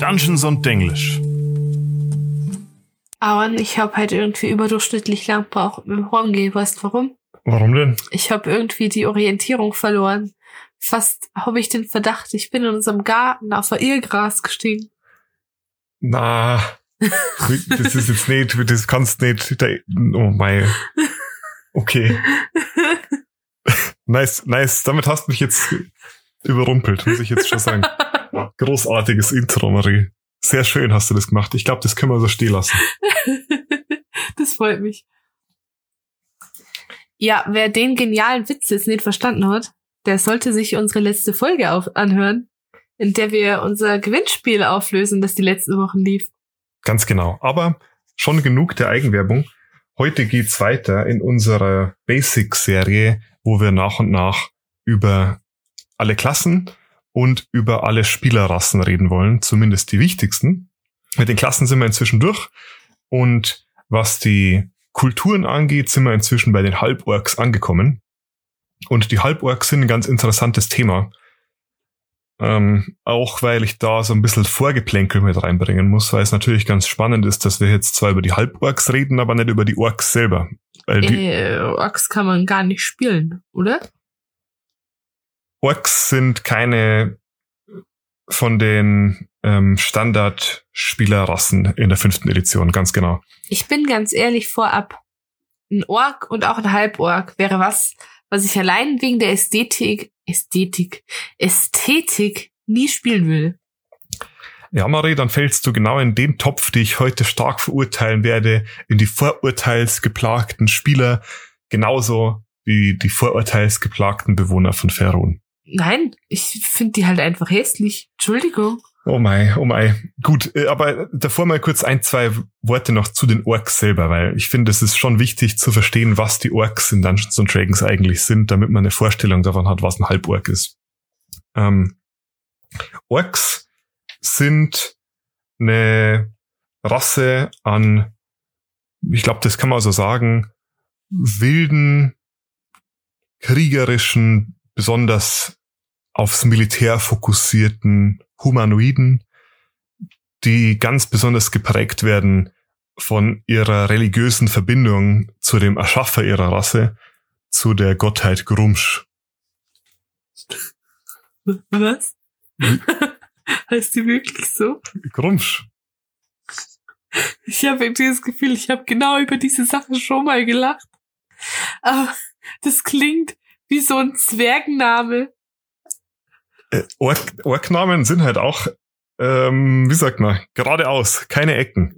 Dungeons und Denglisch. Aber ich habe halt irgendwie überdurchschnittlich lang gebraucht mit dem Horngehen. Weißt du warum? Warum denn? Ich habe irgendwie die Orientierung verloren. Fast habe ich den Verdacht, ich bin in unserem Garten auf ein Irrgras gestiegen. Na, das ist jetzt nicht, das kannst nicht. Oh mein. Okay. Nice. Damit hast du mich jetzt überrumpelt, muss ich jetzt schon sagen. Großartiges Intro, Marie. Sehr schön hast du das gemacht. Ich glaube, das können wir so stehen lassen. Das freut mich. Ja, wer den genialen Witz jetzt nicht verstanden hat, der sollte sich unsere letzte Folge anhören, in der wir unser Gewinnspiel auflösen, das die letzten Wochen lief. Ganz genau. Aber schon genug der Eigenwerbung. Heute geht's weiter in unserer Basics-Serie, wo wir nach und nach über alle Klassen und über alle Spielerrassen reden wollen, zumindest die wichtigsten. Mit den Klassen sind wir inzwischen durch und was die Kulturen angeht, sind wir inzwischen bei den Halborks angekommen. Und die Halborks sind ein ganz interessantes Thema. Auch weil ich da so ein bisschen Vorgeplänkel mit reinbringen muss, weil es natürlich ganz spannend ist, dass wir jetzt zwar über die Halborks reden, aber nicht über die Orks selber. Weil Orks kann man gar nicht spielen, oder? Orks sind keine von den Standard-Spielerrassen in der 5. Edition, ganz genau. Ich bin ganz ehrlich vorab. Ein Ork und auch ein Halbork wäre was ich allein wegen der Ästhetik nie spielen will. Ja, Marie, dann fällst du genau in den Topf, den ich heute stark verurteilen werde, in die vorurteilsgeplagten Spieler, genauso wie die vorurteilsgeplagten Bewohner von Faerûn. Nein, ich finde die halt einfach hässlich. Entschuldigung. Oh mei. Gut, aber davor mal kurz 1-2 Worte noch zu den Orks selber, weil ich finde, es ist schon wichtig zu verstehen, was die Orks in Dungeons & Dragons eigentlich sind, damit man eine Vorstellung davon hat, was ein Halbork ist. Orks sind eine Rasse an, ich glaube, das kann man so sagen, wilden, kriegerischen, besonders aufs Militär fokussierten Humanoiden, die ganz besonders geprägt werden von ihrer religiösen Verbindung zu dem Erschaffer ihrer Rasse, zu der Gottheit Grumsh. Was? Heißt die wirklich so? Grumsh. Ich habe irgendwie das Gefühl, ich habe genau über diese Sache schon mal gelacht. Aber das klingt wie so ein Zwergenname. Orknamen sind halt auch, wie sagt man, geradeaus, keine Ecken.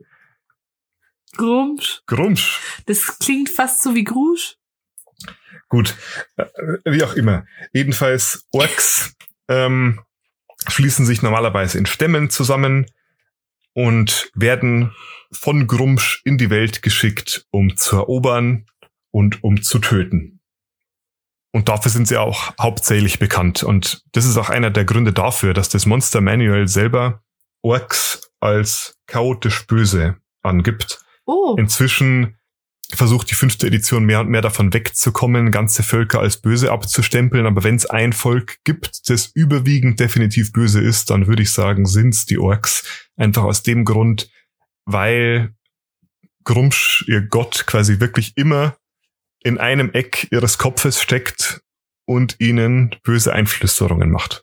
Grumsh. Das klingt fast so wie Grusch. Gut, wie auch immer. Jedenfalls, Orks schließen sich normalerweise in Stämmen zusammen und werden von Grumsh in die Welt geschickt, um zu erobern und um zu töten. Und dafür sind sie auch hauptsächlich bekannt. Und das ist auch einer der Gründe dafür, dass das Monster Manual selber Orks als chaotisch böse angibt. Oh. Inzwischen versucht die 5. Edition mehr und mehr davon wegzukommen, ganze Völker als böse abzustempeln. Aber wenn es ein Volk gibt, das überwiegend definitiv böse ist, dann würde ich sagen, sind's die Orks. Einfach aus dem Grund, weil Grumsh, ihr Gott, quasi wirklich immer in einem Eck ihres Kopfes steckt und ihnen böse Einflüsterungen macht.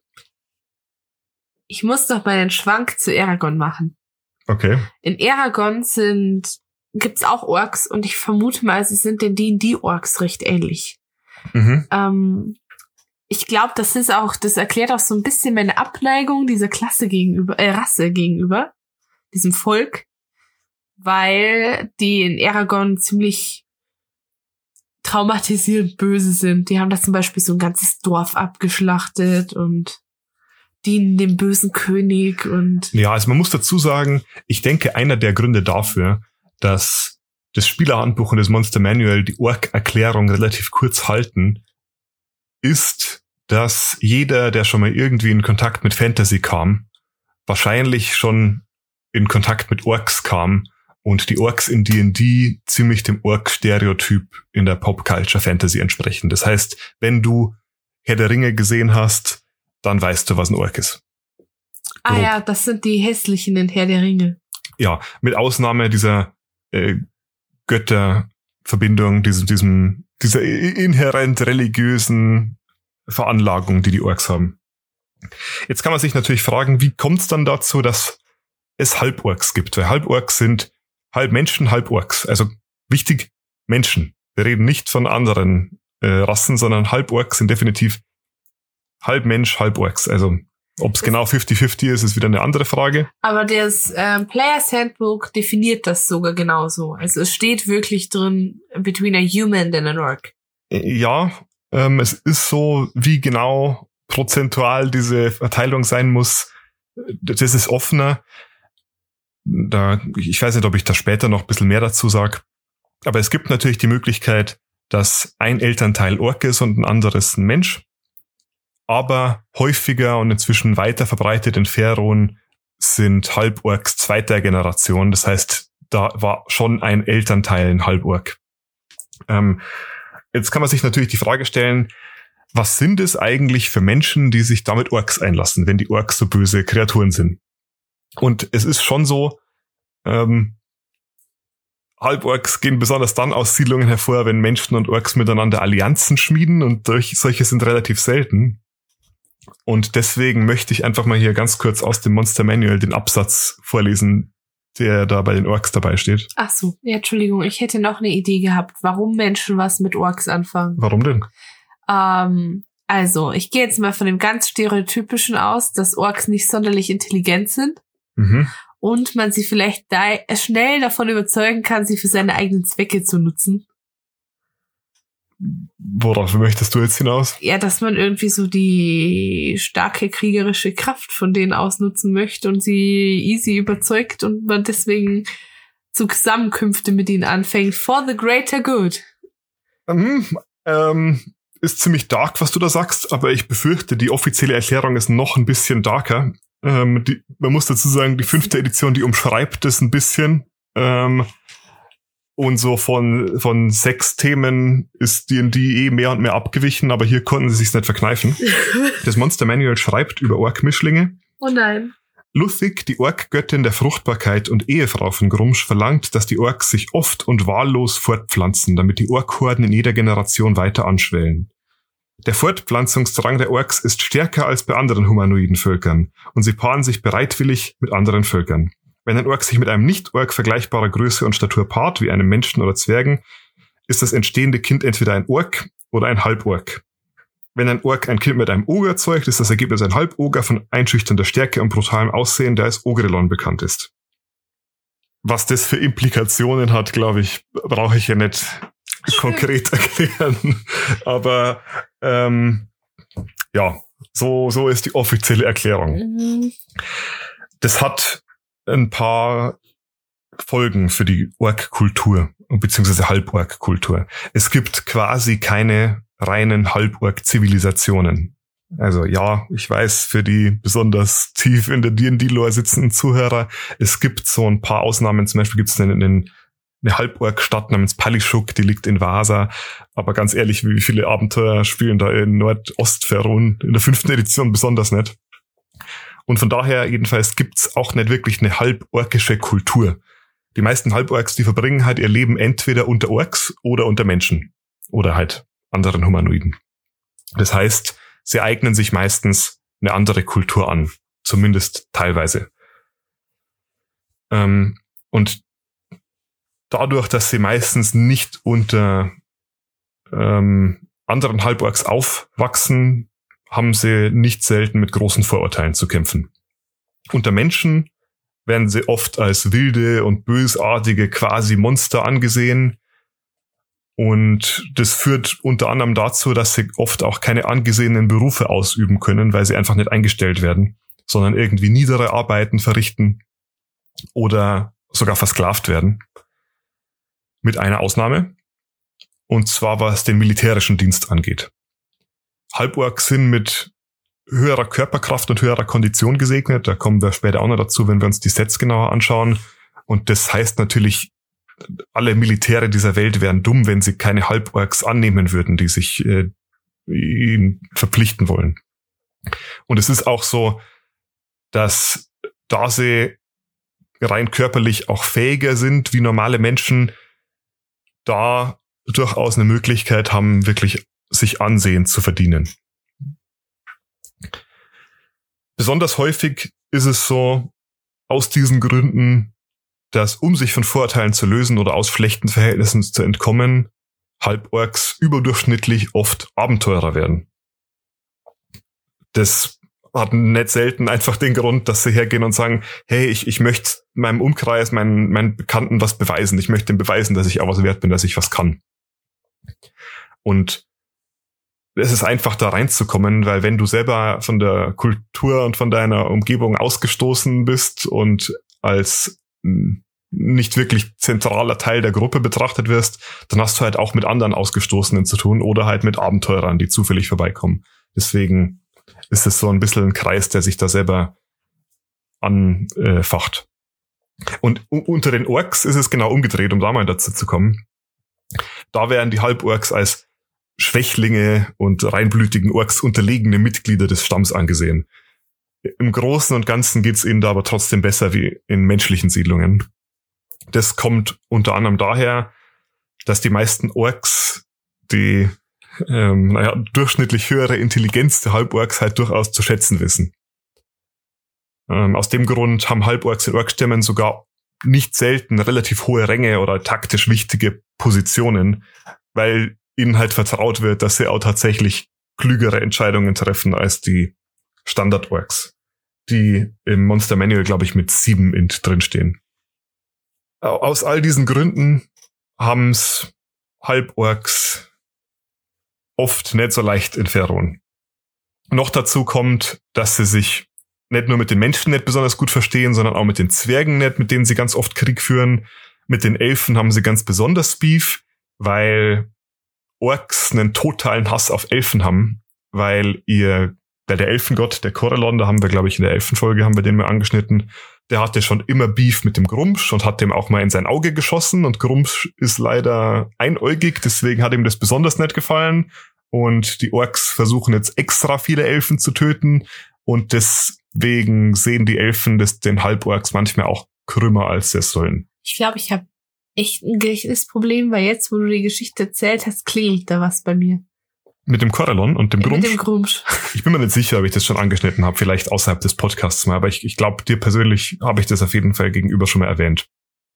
Ich muss doch mal einen Schwank zu Eragon machen. Okay. In Eragon gibt's auch Orks und ich vermute mal, sie sind den D&D-Orks recht ähnlich. Mhm. Ich glaube, das erklärt auch so ein bisschen meine Abneigung dieser Rasse gegenüber, diesem Volk, weil die in Eragon ziemlich traumatisierend böse sind. Die haben da zum Beispiel so ein ganzes Dorf abgeschlachtet und dienen dem bösen König und... Ja, also man muss dazu sagen, ich denke, einer der Gründe dafür, dass das Spielerhandbuch und das Monster Manual die Ork-Erklärung relativ kurz halten, ist, dass jeder, der schon mal irgendwie in Kontakt mit Fantasy kam, wahrscheinlich schon in Kontakt mit Orks kam und die Orks in D&D ziemlich dem Ork-Stereotyp in der Pop-Culture-Fantasy entsprechen. Das heißt, wenn du Herr der Ringe gesehen hast, dann weißt du, was ein Ork ist. Ah ja, das sind die hässlichen in Herr der Ringe. Ja, mit Ausnahme dieser Götterverbindung, dieser inhärent religiösen Veranlagung, die Orks haben. Jetzt kann man sich natürlich fragen, wie kommt es dann dazu, dass es Halborks gibt? Weil Halborks sind halb Menschen, halb Orks. Also wichtig, Menschen. Wir reden nicht von anderen Rassen, sondern Halborks sind definitiv halb Mensch, halb Orks. Also ob es genau 50-50 ist wieder eine andere Frage. Aber das Player's Handbook definiert das sogar genauso. Also es steht wirklich drin, between a human and an orc. Ja, es ist so, wie genau prozentual diese Verteilung sein muss. Das ist offener. Ich weiß nicht, ob ich da später noch ein bisschen mehr dazu sage. Aber es gibt natürlich die Möglichkeit, dass ein Elternteil Ork ist und ein anderes ein Mensch. Aber häufiger und inzwischen weiter verbreitet in Faerûn sind Halborks zweiter Generation. Das heißt, da war schon ein Elternteil ein Halbork. Jetzt kann man sich natürlich die Frage stellen, was sind es eigentlich für Menschen, die sich damit Orks einlassen, wenn die Orks so böse Kreaturen sind? Und es ist schon so, Halborks gehen besonders dann aus Siedlungen hervor, wenn Menschen und Orks miteinander Allianzen schmieden, und solche sind relativ selten. Und deswegen möchte ich einfach mal hier ganz kurz aus dem Monster Manual den Absatz vorlesen, der da bei den Orks dabei steht. Ach so, ja, Entschuldigung, ich hätte noch eine Idee gehabt, warum Menschen was mit Orks anfangen. Warum denn? Also, ich gehe jetzt mal von dem ganz Stereotypischen aus, dass Orks nicht sonderlich intelligent sind. Mhm. Und man sie vielleicht schnell davon überzeugen kann, sie für seine eigenen Zwecke zu nutzen. Worauf möchtest du jetzt hinaus? Ja, dass man irgendwie so die starke kriegerische Kraft von denen ausnutzen möchte und sie easy überzeugt und man deswegen Zusammenkünfte mit ihnen anfängt. For the greater good. Ist ziemlich dark, was du da sagst, aber ich befürchte, die offizielle Erklärung ist noch ein bisschen darker. Man muss dazu sagen, die 5. Edition, die umschreibt es ein bisschen. Und so von 6 Themen ist D&D mehr und mehr abgewichen, aber hier konnten sie sich's nicht verkneifen. Das Monster Manual schreibt über Ork-Mischlinge. Oh nein. Luthig, die Ork-Göttin der Fruchtbarkeit und Ehefrau von Grumsch, verlangt, dass die Orks sich oft und wahllos fortpflanzen, damit die Ork-Horden in jeder Generation weiter anschwellen. Der Fortpflanzungsdrang der Orks ist stärker als bei anderen humanoiden Völkern und sie paaren sich bereitwillig mit anderen Völkern. Wenn ein Ork sich mit einem Nicht-Ork vergleichbarer Größe und Statur paart, wie einem Menschen oder Zwergen, ist das entstehende Kind entweder ein Ork oder ein Halbork. Wenn ein Ork ein Kind mit einem Oger zeugt, ist das Ergebnis ein Halboger von einschüchternder Stärke und brutalem Aussehen, der als Ogrelon bekannt ist. Was das für Implikationen hat, glaube ich, brauche ich ja nicht konkret erklären. Aber ja, so ist die offizielle Erklärung. Mhm. Das hat ein paar Folgen für die Ork-Kultur, beziehungsweise Halborg-Kultur. Es gibt quasi keine reinen Halborg-Zivilisationen. Also ja, ich weiß, für die besonders tief in der D&D-Lore sitzenden Zuhörer, es gibt so ein paar Ausnahmen. Zum Beispiel gibt es eine Halborg-Stadt namens Palishuk, die liegt in Vasa. Aber ganz ehrlich, wie viele Abenteuer spielen da in Nordost-Faerûn in der 5. Edition besonders nicht? Und von daher jedenfalls gibt's auch nicht wirklich eine halborkische Kultur. Die meisten Halborks, die verbringen halt ihr Leben entweder unter Orks oder unter Menschen. Oder halt anderen Humanoiden. Das heißt, sie eignen sich meistens eine andere Kultur an. Zumindest teilweise. Und dadurch, dass sie meistens nicht unter anderen Halborks aufwachsen, haben sie nicht selten mit großen Vorurteilen zu kämpfen. Unter Menschen werden sie oft als wilde und bösartige quasi Monster angesehen. Und das führt unter anderem dazu, dass sie oft auch keine angesehenen Berufe ausüben können, weil sie einfach nicht eingestellt werden, sondern irgendwie niedere Arbeiten verrichten oder sogar versklavt werden. Mit einer Ausnahme. Und zwar, was den militärischen Dienst angeht. Halborks sind mit höherer Körperkraft und höherer Kondition gesegnet. Da kommen wir später auch noch dazu, wenn wir uns die Sets genauer anschauen. Und das heißt natürlich, alle Militäre dieser Welt wären dumm, wenn sie keine Halborks annehmen würden, die sich ihnen verpflichten wollen. Und es ist auch so, dass da sie rein körperlich auch fähiger sind wie normale Menschen, da durchaus eine Möglichkeit haben, wirklich sich Ansehen zu verdienen. Besonders häufig ist es so, aus diesen Gründen, dass um sich von Vorurteilen zu lösen oder aus schlechten Verhältnissen zu entkommen, Halborks überdurchschnittlich oft Abenteurer werden. Das hat nicht selten einfach den Grund, dass sie hergehen und sagen, hey, ich möchte meinem Umkreis, meinen Bekannten was beweisen. Ich möchte ihm beweisen, dass ich auch was wert bin, dass ich was kann. Und es ist einfach da reinzukommen, weil wenn du selber von der Kultur und von deiner Umgebung ausgestoßen bist und als nicht wirklich zentraler Teil der Gruppe betrachtet wirst, dann hast du halt auch mit anderen Ausgestoßenen zu tun oder halt mit Abenteurern, die zufällig vorbeikommen. Deswegen ist es so ein bisschen ein Kreis, der sich da selber anfacht. Und unter den Orks ist es genau umgedreht, um da mal dazu zu kommen. Da werden die Halborks als Schwächlinge und reinblütigen Orks unterlegene Mitglieder des Stamms angesehen. Im Großen und Ganzen geht's ihnen da aber trotzdem besser wie in menschlichen Siedlungen. Das kommt unter anderem daher, dass die meisten Orks die durchschnittlich höhere Intelligenz der Halborks halt durchaus zu schätzen wissen. Aus dem Grund haben Halborks in Orkstämmen sogar nicht selten relativ hohe Ränge oder taktisch wichtige Positionen, weil ihnen halt vertraut wird, dass sie auch tatsächlich klügere Entscheidungen treffen als die Standard-Orks, die im Monster Manual, glaube ich, mit 7 int drinstehen. Aus all diesen Gründen haben's Halborks oft nicht so leicht in Faerûn. Noch dazu kommt, dass sie sich nicht nur mit den Menschen nicht besonders gut verstehen, sondern auch mit den Zwergen nicht, mit denen sie ganz oft Krieg führen. Mit den Elfen haben sie ganz besonders Beef, weil Orks einen totalen Hass auf Elfen haben, weil der Elfengott, der Corellon, da haben wir, glaube ich, in der Elfenfolge haben wir den mal angeschnitten, der hatte schon immer Beef mit dem Grumpsch und hat dem auch mal in sein Auge geschossen und Grumpsch ist leider einäugig, deswegen hat ihm das besonders nicht gefallen und die Orks versuchen jetzt extra viele Elfen zu töten und deswegen sehen die Elfen den Halborks manchmal auch krümmer, als sie es sollen. Ich glaube, ich habe echt ein Gedächtnisproblem, weil jetzt, wo du die Geschichte erzählt hast, klingelt da was bei mir. Mit dem Corellon und dem Grumpsch? Mit dem Grumpsch. Ich bin mir nicht sicher, ob ich das schon angeschnitten habe, vielleicht außerhalb des Podcasts mal, aber ich glaube, dir persönlich habe ich das auf jeden Fall gegenüber schon mal erwähnt.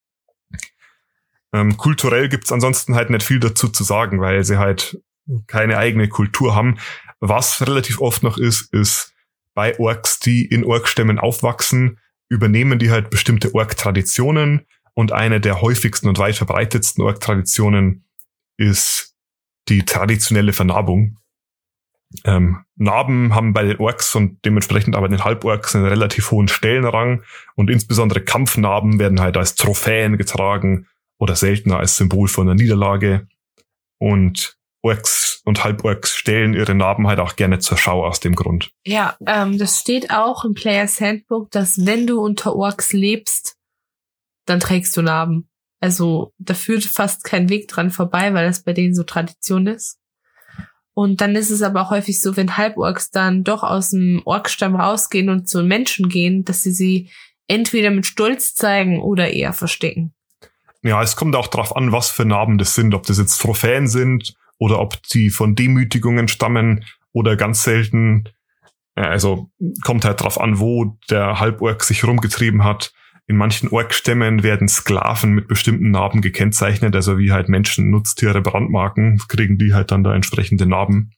Kulturell gibt's ansonsten halt nicht viel dazu zu sagen, weil sie halt keine eigene Kultur haben. Was relativ oft noch ist bei Orks, die in Orkstämmen aufwachsen, übernehmen die halt bestimmte Ork-Traditionen und eine der häufigsten und weit verbreitetsten Ork-Traditionen ist die traditionelle Vernarbung. Narben haben bei den Orks und dementsprechend aber den Halborks einen relativ hohen Stellenrang und insbesondere Kampfnarben werden halt als Trophäen getragen oder seltener als Symbol von einer Niederlage und Orks und Halborks stellen ihre Narben halt auch gerne zur Schau aus dem Grund. Ja, das steht auch im Player's Handbook, dass wenn du unter Orks lebst, dann trägst du Narben. Also da führt fast kein Weg dran vorbei, weil das bei denen so Tradition ist. Und dann ist es aber auch häufig so, wenn Halborks dann doch aus dem Orkstamm rausgehen und zu Menschen gehen, dass sie entweder mit Stolz zeigen oder eher verstecken. Ja, es kommt auch drauf an, was für Narben das sind. Ob das jetzt Trophäen sind oder ob die von Demütigungen stammen oder ganz selten. Also kommt halt drauf an, wo der Halbork sich rumgetrieben hat. In manchen Orkstämmen werden Sklaven mit bestimmten Narben gekennzeichnet, also wie halt Menschen, Nutztiere, Brandmarken, kriegen die halt dann da entsprechende Narben.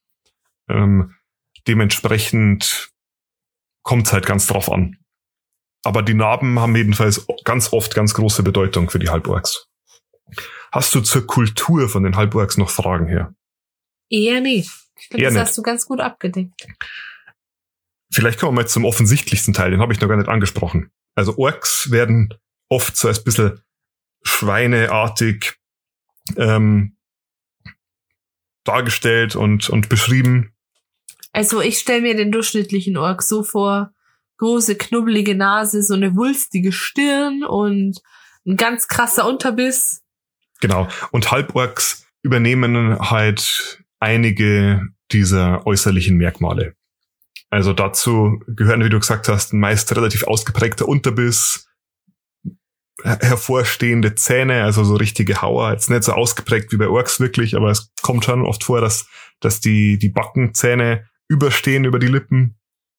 Dementsprechend kommt es halt ganz drauf an. Aber die Narben haben jedenfalls ganz oft ganz große Bedeutung für die Halborks. Hast du zur Kultur von den Halborks noch Fragen her? Eher nicht. Ich finde, das hast du ganz gut abgedeckt. Vielleicht kommen wir mal zum offensichtlichsten Teil, den habe ich noch gar nicht angesprochen. Also Orks werden oft so als bisschen schweineartig dargestellt und beschrieben. Also ich stelle mir den durchschnittlichen Ork so vor, große, knubbelige Nase, so eine wulstige Stirn und ein ganz krasser Unterbiss. Genau. Und Halborks übernehmen halt einige dieser äußerlichen Merkmale. Also dazu gehören, wie du gesagt hast, ein meist relativ ausgeprägter Unterbiss, hervorstehende Zähne, also so richtige Hauer. Jetzt nicht so ausgeprägt wie bei Orks wirklich, aber es kommt schon oft vor, dass die Backenzähne überstehen über die Lippen.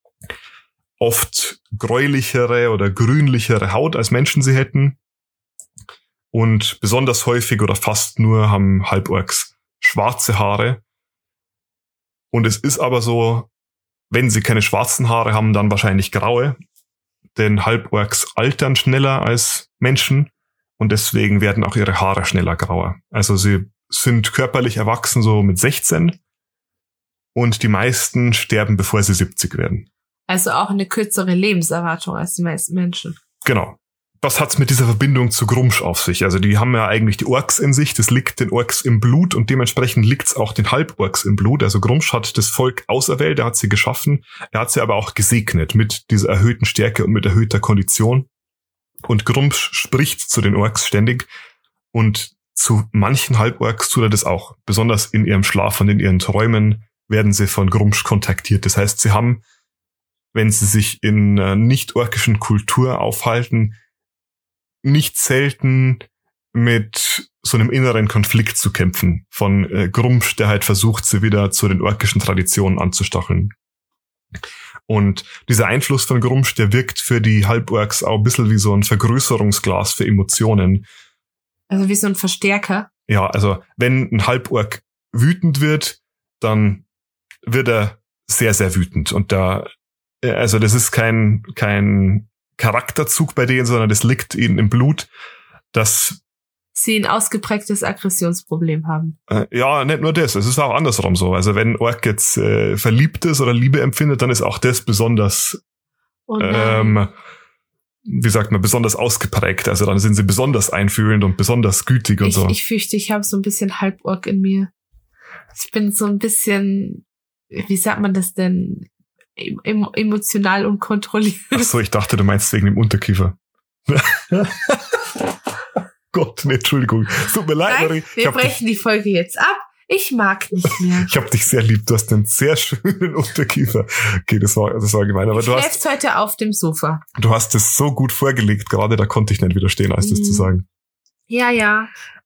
Oft gräulichere oder grünlichere Haut, als Menschen sie hätten. Und besonders häufig oder fast nur haben Halborks schwarze Haare. Und es ist aber so, wenn sie keine schwarzen Haare haben, dann wahrscheinlich graue. Denn Halborks altern schneller als Menschen und deswegen werden auch ihre Haare schneller grauer. Also sie sind körperlich erwachsen so mit 16 und die meisten sterben, bevor sie 70 werden. Also auch eine kürzere Lebenserwartung als die meisten Menschen. Genau. Was hat's mit dieser Verbindung zu Gruumsh auf sich? Also die haben ja eigentlich die Orks in sich, das liegt den Orks im Blut und dementsprechend liegt's auch den Halborks im Blut. Also Gruumsh hat das Volk auserwählt, er hat sie geschaffen, er hat sie aber auch gesegnet mit dieser erhöhten Stärke und mit erhöhter Kondition. Und Gruumsh spricht zu den Orks ständig und zu manchen Halborks tut er das auch. Besonders in ihrem Schlaf und in ihren Träumen werden sie von Gruumsh kontaktiert. Das heißt, sie haben, wenn sie sich in nicht-orkischen Kultur aufhalten, nicht selten mit so einem inneren Konflikt zu kämpfen von Gruumsh, der halt versucht, sie wieder zu den orkischen Traditionen anzustacheln. Und dieser Einfluss von Gruumsh, der wirkt für die Halborks auch ein bisschen wie so ein Vergrößerungsglas für Emotionen. Also wie so ein Verstärker? Ja, also wenn ein Halbork wütend wird, dann wird er sehr, sehr wütend. Und also das ist kein Charakterzug bei denen, sondern das liegt ihnen im Blut, dass sie ein ausgeprägtes Aggressionsproblem haben. Ja, nicht nur das, es ist auch andersrum so. Also wenn Ork jetzt verliebt ist oder Liebe empfindet, dann ist auch das besonders, wie sagt man, besonders ausgeprägt. Also dann sind sie besonders einfühlend und besonders gütig und so. Ich fürchte, ich habe so ein bisschen Halbork in mir. Ich bin so ein bisschen, wie sagt man das denn, emotional unkontrolliert. Ach so, ich dachte, du meinst wegen dem Unterkiefer. Gott, nee, Entschuldigung. Es tut mir leid, Nein, wir brechen die Folge jetzt ab. Ich mag nicht mehr. Ich hab dich sehr lieb. Du hast einen sehr schönen Unterkiefer. Okay, das war gemein. Aber du schläfst heute auf dem Sofa. Du hast es so gut vorgelegt, gerade da konnte ich nicht widerstehen, als das zu sagen. Ja.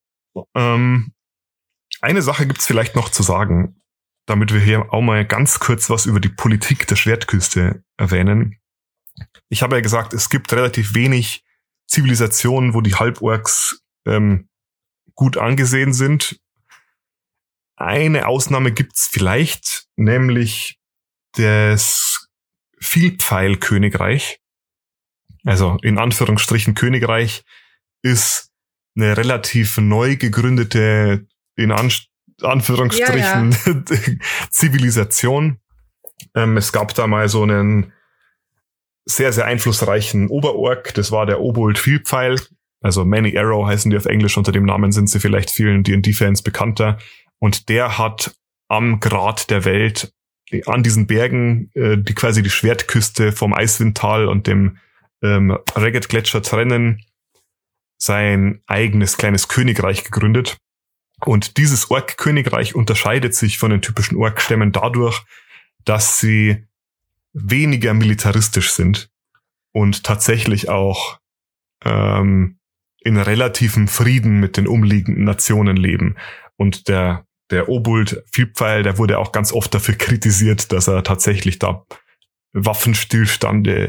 Eine Sache gibt's vielleicht noch zu sagen, damit wir hier auch mal ganz kurz was über die Politik der Schwertküste erwähnen. Ich habe ja gesagt, es gibt relativ wenig Zivilisationen, wo die Halborks gut angesehen sind. Eine Ausnahme gibt's vielleicht, nämlich das Vielpfeil-Königreich. Also in Anführungsstrichen Königreich ist eine relativ neu gegründete, in Anführungsstrichen Zivilisation. Es gab da mal so einen sehr, sehr einflussreichen Oberork, das war der Obold Vielpfeil, also Many Arrow heißen die auf Englisch, unter dem Namen sind sie vielleicht vielen D&D-Fans bekannter, und der hat am Grat der Welt, an diesen Bergen, die quasi die Schwertküste vom Eiswindtal und dem Ragged-Gletscher trennen, sein eigenes kleines Königreich gegründet. Und dieses Ork-Königreich unterscheidet sich von den typischen Ork-Stämmen dadurch, dass sie weniger militaristisch sind und tatsächlich auch in relativem Frieden mit den umliegenden Nationen leben. Und der Obold Vielpfeil, der wurde auch ganz oft dafür kritisiert, dass er tatsächlich da Waffenstillstände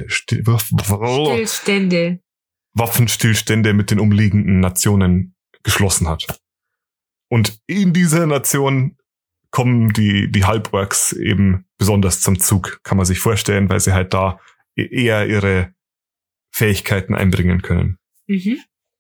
mit den umliegenden Nationen geschlossen hat. Und in dieser Nation kommen die Halborks eben besonders zum Zug, kann man sich vorstellen, weil sie halt da eher ihre Fähigkeiten einbringen können. Mhm.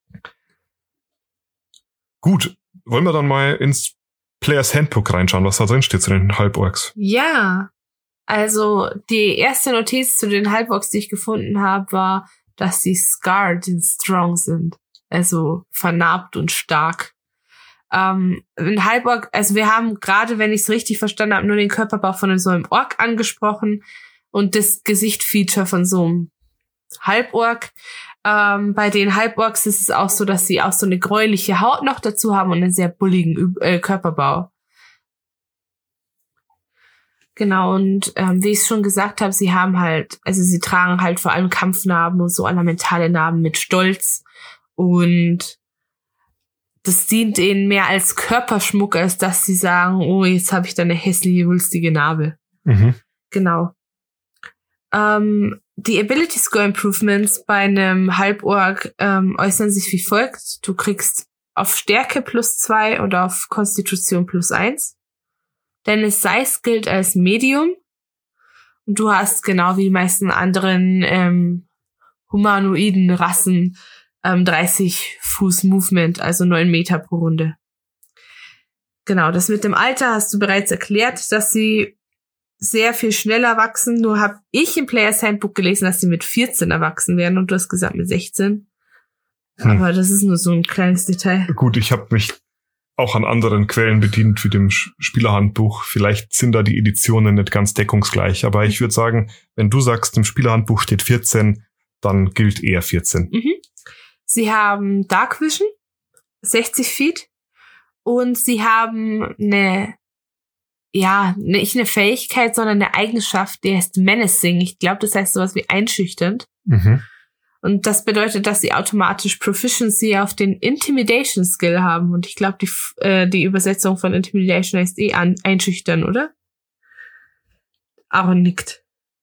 Gut, wollen wir dann mal ins Players Handbook reinschauen, was da drin steht zu den Halborks? Ja, also die erste Notiz zu den Halborks, die ich gefunden habe, war, dass sie scarred and strong sind. Also vernarbt und stark. Ein Halborg, also wir haben gerade, wenn ich es richtig verstanden habe, nur den Körperbau von so einem Ork angesprochen und das Gesicht-Feature von so einem Halborg. Bei den Halborgs ist es auch so, dass sie auch so eine gräuliche Haut noch dazu haben und einen sehr bulligen Körperbau. Genau, und wie ich schon gesagt habe, sie tragen halt vor allem Kampfnarben und so ornamentale Narben mit Stolz. Und das dient ihnen mehr als Körperschmuck, als dass sie sagen, oh, jetzt habe ich da eine hässliche, wulstige Narbe. Mhm. Genau. Die Ability Score Improvements bei einem Halborg äußern sich wie folgt. Du kriegst auf Stärke +2 und auf Konstitution +1. Deine Size gilt als Medium. Und du hast genau wie die meisten anderen humanoiden Rassen 30 Fuß Movement, also 9 Meter pro Runde. Genau, das mit dem Alter hast du bereits erklärt, dass sie sehr viel schneller wachsen. Nur habe ich im Player's Handbook gelesen, dass sie mit 14 erwachsen werden und du hast gesagt mit 16. Aber das ist nur so ein kleines Detail. Gut, ich habe mich auch an anderen Quellen bedient wie dem Spielerhandbuch. Vielleicht sind da die Editionen nicht ganz deckungsgleich. Aber ich würde sagen, wenn du sagst, im Spielerhandbuch steht 14, dann gilt eher 14. Mhm. Sie haben Dark Vision, 60 Feet. Und sie haben nicht eine Fähigkeit, sondern eine Eigenschaft, die heißt Menacing. Ich glaube, das heißt sowas wie einschüchternd. Mhm. Und das bedeutet, dass sie automatisch Proficiency auf den Intimidation Skill haben. Und ich glaube, die Übersetzung von Intimidation heißt einschüchtern, oder? Aaron nickt.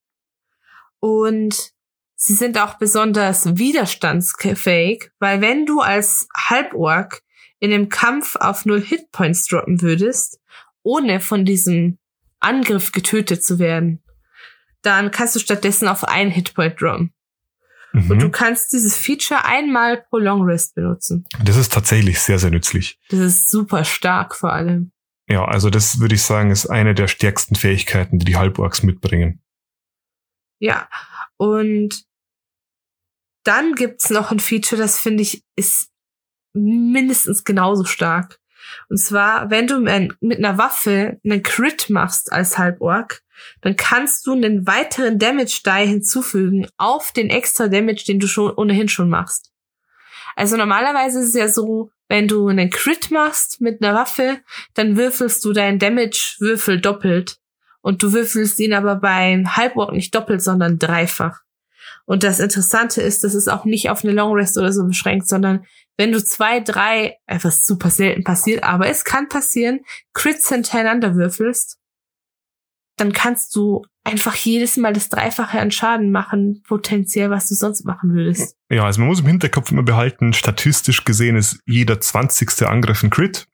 Und sie sind auch besonders widerstandsfähig, weil wenn du als Halborg in einem Kampf auf 0 Hitpoints droppen würdest, ohne von diesem Angriff getötet zu werden, dann kannst du stattdessen auf 1 Hitpoint droppen. Mhm. Und du kannst dieses Feature einmal pro Long Rest benutzen. Das ist tatsächlich sehr, sehr nützlich. Das ist super stark vor allem. Ja, also das würde ich sagen, ist eine der stärksten Fähigkeiten, die Halborgs mitbringen. Ja, und dann gibt's noch ein Feature, das finde ich ist mindestens genauso stark. Und zwar, wenn du mit einer Waffe einen Crit machst als Halborg, dann kannst du einen weiteren Damage Die hinzufügen auf den extra Damage, den du ohnehin schon machst. Also normalerweise ist es ja so, wenn du einen Crit machst mit einer Waffe, dann würfelst du deinen Damage-Würfel doppelt. Und du würfelst ihn aber beim Halborg nicht doppelt, sondern dreifach. Und das Interessante ist, das ist auch nicht auf eine Long Rest oder so beschränkt, sondern wenn du 2, 3, was super selten passiert, aber es kann passieren, Crits hintereinander würfelst, dann kannst du einfach jedes Mal das Dreifache an Schaden machen, potenziell, was du sonst machen würdest. Ja, also man muss im Hinterkopf immer behalten, statistisch gesehen ist jeder 20. Angriff ein Crit.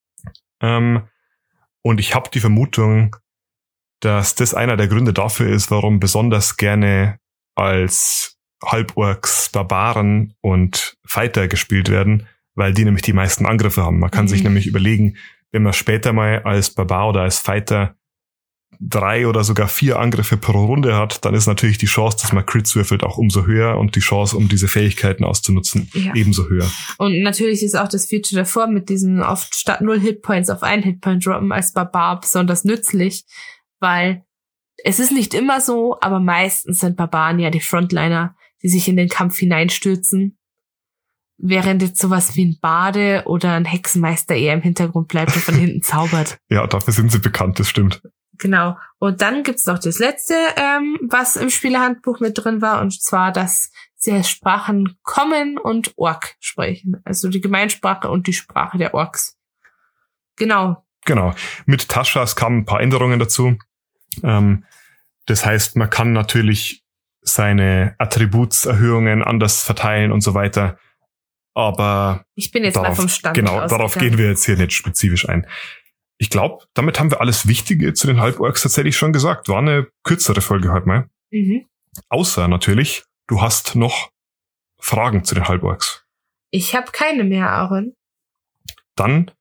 Und ich habe die Vermutung, dass das einer der Gründe dafür ist, warum besonders gerne als Halborgs, Barbaren und Fighter gespielt werden, weil die nämlich die meisten Angriffe haben. Man kann sich nämlich überlegen, wenn man später mal als Barbar oder als Fighter 3 oder sogar 4 Angriffe pro Runde hat, dann ist natürlich die Chance, dass man Crits würfelt, auch umso höher und die Chance, um diese Fähigkeiten auszunutzen, ebenso höher. Und natürlich ist auch das Feature davor mit diesem oft statt 0 Hitpoints auf 1 Hitpoint droppen als Barbar besonders nützlich, weil es ist nicht immer so, aber meistens sind Barbaren ja die Frontliner, die sich in den Kampf hineinstürzen, während jetzt sowas wie ein Bade oder ein Hexenmeister eher im Hintergrund bleibt und von hinten zaubert. Ja, dafür sind sie bekannt, das stimmt. Genau. Und dann gibt's noch das letzte, was im Spielerhandbuch mit drin war, und zwar, dass sie als Sprachen Common und Orc sprechen. Also die Gemeinsprache und die Sprache der Orks. Genau. Genau. Mit Taschas kamen ein paar Änderungen dazu. Das heißt, man kann natürlich seine Attributserhöhungen anders verteilen und so weiter. Aber ich bin jetzt mal vom Stand genau, darauf gehen wir jetzt hier nicht spezifisch ein. Ich glaube, damit haben wir alles Wichtige zu den Halborgs tatsächlich schon gesagt. War eine kürzere Folge heute mal. Mhm. Außer natürlich, du hast noch Fragen zu den Halborgs. Ich habe keine mehr, Aaron. Dann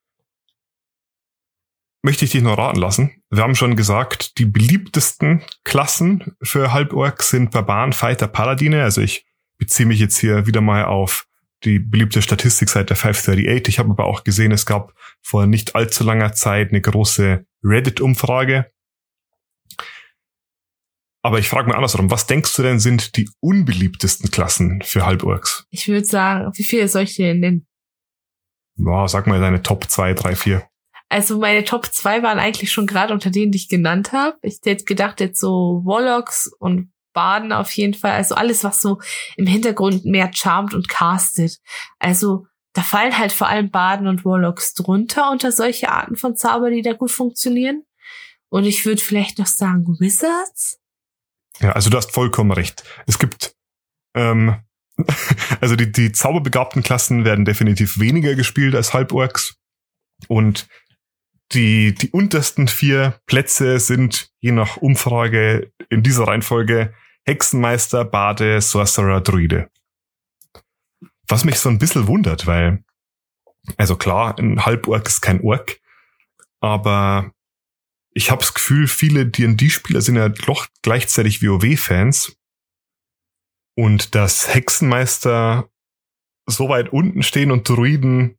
möchte ich dich noch raten lassen. Wir haben schon gesagt, die beliebtesten Klassen für Halborgs sind Barbaren, Fighter, Paladine. Also ich beziehe mich jetzt hier wieder mal auf die beliebte Statistikseite 538. Ich habe aber auch gesehen, es gab vor nicht allzu langer Zeit eine große Reddit-Umfrage. Aber ich frage mal andersrum, was denkst du denn sind die unbeliebtesten Klassen für Halborgs? Ich würde sagen, wie viele soll ich dir denn nennen? Ja, sag mal deine Top 2, 3, 4. Also meine Top 2 waren eigentlich schon gerade unter denen, die ich genannt habe. Ich hätte gedacht, jetzt so Warlocks und Barden auf jeden Fall. Also alles, was so im Hintergrund mehr charmt und castet. Also da fallen halt vor allem Barden und Warlocks drunter unter solche Arten von Zauber, die da gut funktionieren. Und ich würde vielleicht noch sagen Wizards. Ja, also du hast vollkommen recht. Es gibt, also die zauberbegabten Klassen werden definitiv weniger gespielt als Halborks. Und die untersten 4 Plätze sind je nach Umfrage in dieser Reihenfolge Hexenmeister, Bade, Sorcerer, Druide. Was mich so ein bisschen wundert, weil, also klar, ein Halbork ist kein Ork, aber ich habe das Gefühl, viele D&D-Spieler sind ja doch gleichzeitig WoW-Fans und dass Hexenmeister so weit unten stehen und Druiden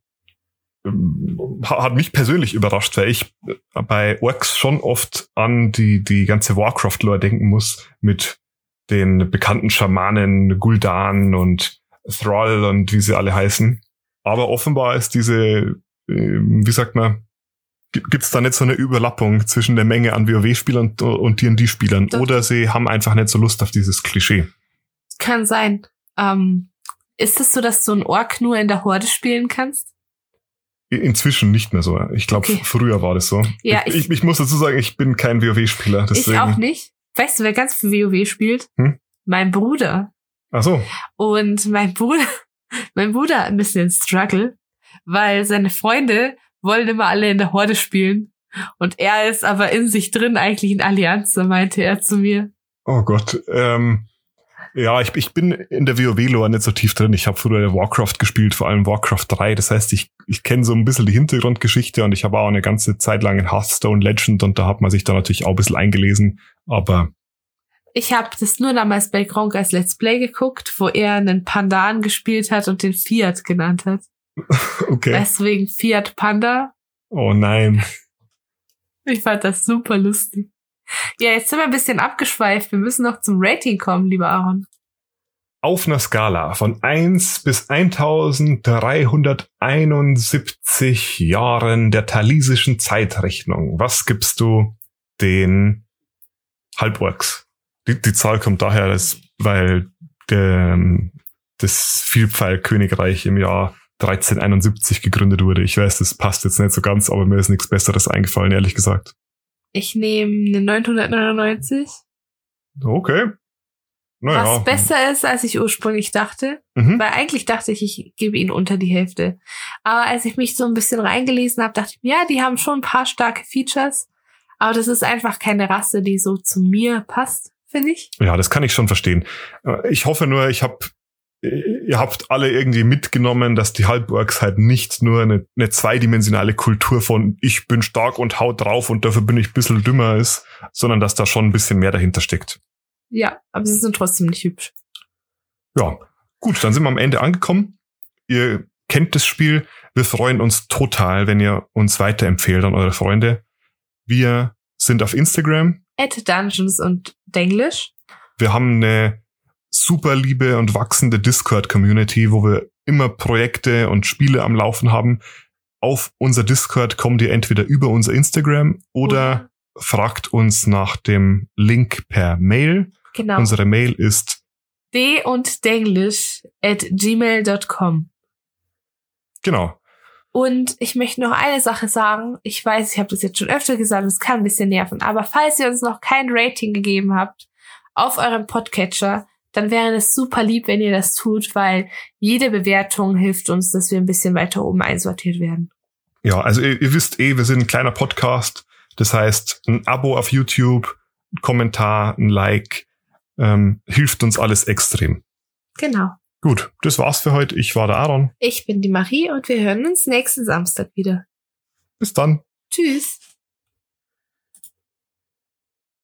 hat mich persönlich überrascht, weil ich bei Orks schon oft an die ganze Warcraft-Lore denken muss mit den bekannten Schamanen, Gul'dan und Thrall und wie sie alle heißen. Aber offenbar ist diese, wie sagt man, gibt's da nicht so eine Überlappung zwischen der Menge an WoW-Spielern und D&D-Spielern oder sie haben einfach nicht so Lust auf dieses Klischee. Kann sein. Ist es so, dass du einen Ork nur in der Horde spielen kannst? Inzwischen nicht mehr so. Ich glaube, Früher war das so. Ja, ich muss dazu sagen, ich bin kein WoW-Spieler. Ich auch nicht. Weißt du, wer ganz viel WoW spielt? Mein Bruder. Ach so. Und mein Bruder hat ein bisschen Struggle, weil seine Freunde wollen immer alle in der Horde spielen. Und er ist aber in sich drin eigentlich in Allianz, so meinte er zu mir. Oh Gott. Ja, ich bin in der WoW-Lore nicht so tief drin. Ich habe früher Warcraft gespielt, vor allem Warcraft 3. Das heißt, ich kenne so ein bisschen die Hintergrundgeschichte und ich habe auch eine ganze Zeit lang in Hearthstone Legend und da hat man sich da natürlich auch ein bisschen eingelesen. Aber ich habe das nur damals bei Gronk als Let's Play geguckt, wo er einen Pandan gespielt hat und den Fiat genannt hat. Okay. Deswegen Fiat Panda. Oh nein. Ich fand das super lustig. Ja, jetzt sind wir ein bisschen abgeschweift. Wir müssen noch zum Rating kommen, lieber Aaron. Auf einer Skala von 1 bis 1371 Jahren der thalisischen Zeitrechnung, was gibst du den Halborks? Die Zahl kommt daher, weil das Vielpfeil-Königreich im Jahr 1371 gegründet wurde. Ich weiß, das passt jetzt nicht so ganz, aber mir ist nichts Besseres eingefallen, ehrlich gesagt. Ich nehme eine 999. Okay. Naja. Was besser ist, als ich ursprünglich dachte. Weil eigentlich dachte ich gebe ihnen unter die Hälfte. Aber als ich mich so ein bisschen reingelesen habe, dachte ich mir, ja, die haben schon ein paar starke Features. Aber das ist einfach keine Rasse, die so zu mir passt, finde ich. Ja, das kann ich schon verstehen. Ich hoffe nur, ihr habt alle irgendwie mitgenommen, dass die Halborks halt nicht nur eine zweidimensionale Kultur von ich bin stark und hau drauf und dafür bin ich ein bisschen dümmer ist, sondern dass da schon ein bisschen mehr dahinter steckt. Ja, aber sie sind trotzdem nicht hübsch. Ja, gut, dann sind wir am Ende angekommen. Ihr kennt das Spiel. Wir freuen uns total, wenn ihr uns weiterempfehlt an eure Freunde. Wir sind auf Instagram. @Dungeons und Denglisch. Wir haben eine super liebe und wachsende Discord-Community, wo wir immer Projekte und Spiele am Laufen haben. Auf unser Discord kommt ihr entweder über unser Instagram oder fragt uns nach dem Link per Mail. Genau. Unsere Mail ist d&denglisch@gmail.com. Genau. Und ich möchte noch eine Sache sagen. Ich weiß, ich habe das jetzt schon öfter gesagt, es kann ein bisschen nerven, aber falls ihr uns noch kein Rating gegeben habt auf eurem Podcatcher, dann wäre es super lieb, wenn ihr das tut, weil jede Bewertung hilft uns, dass wir ein bisschen weiter oben einsortiert werden. Ja, also ihr wisst wir sind ein kleiner Podcast. Das heißt, ein Abo auf YouTube, ein Kommentar, ein Like, hilft uns alles extrem. Genau. Gut, das war's für heute. Ich war der Aaron. Ich bin die Marie und wir hören uns nächsten Samstag wieder. Bis dann. Tschüss.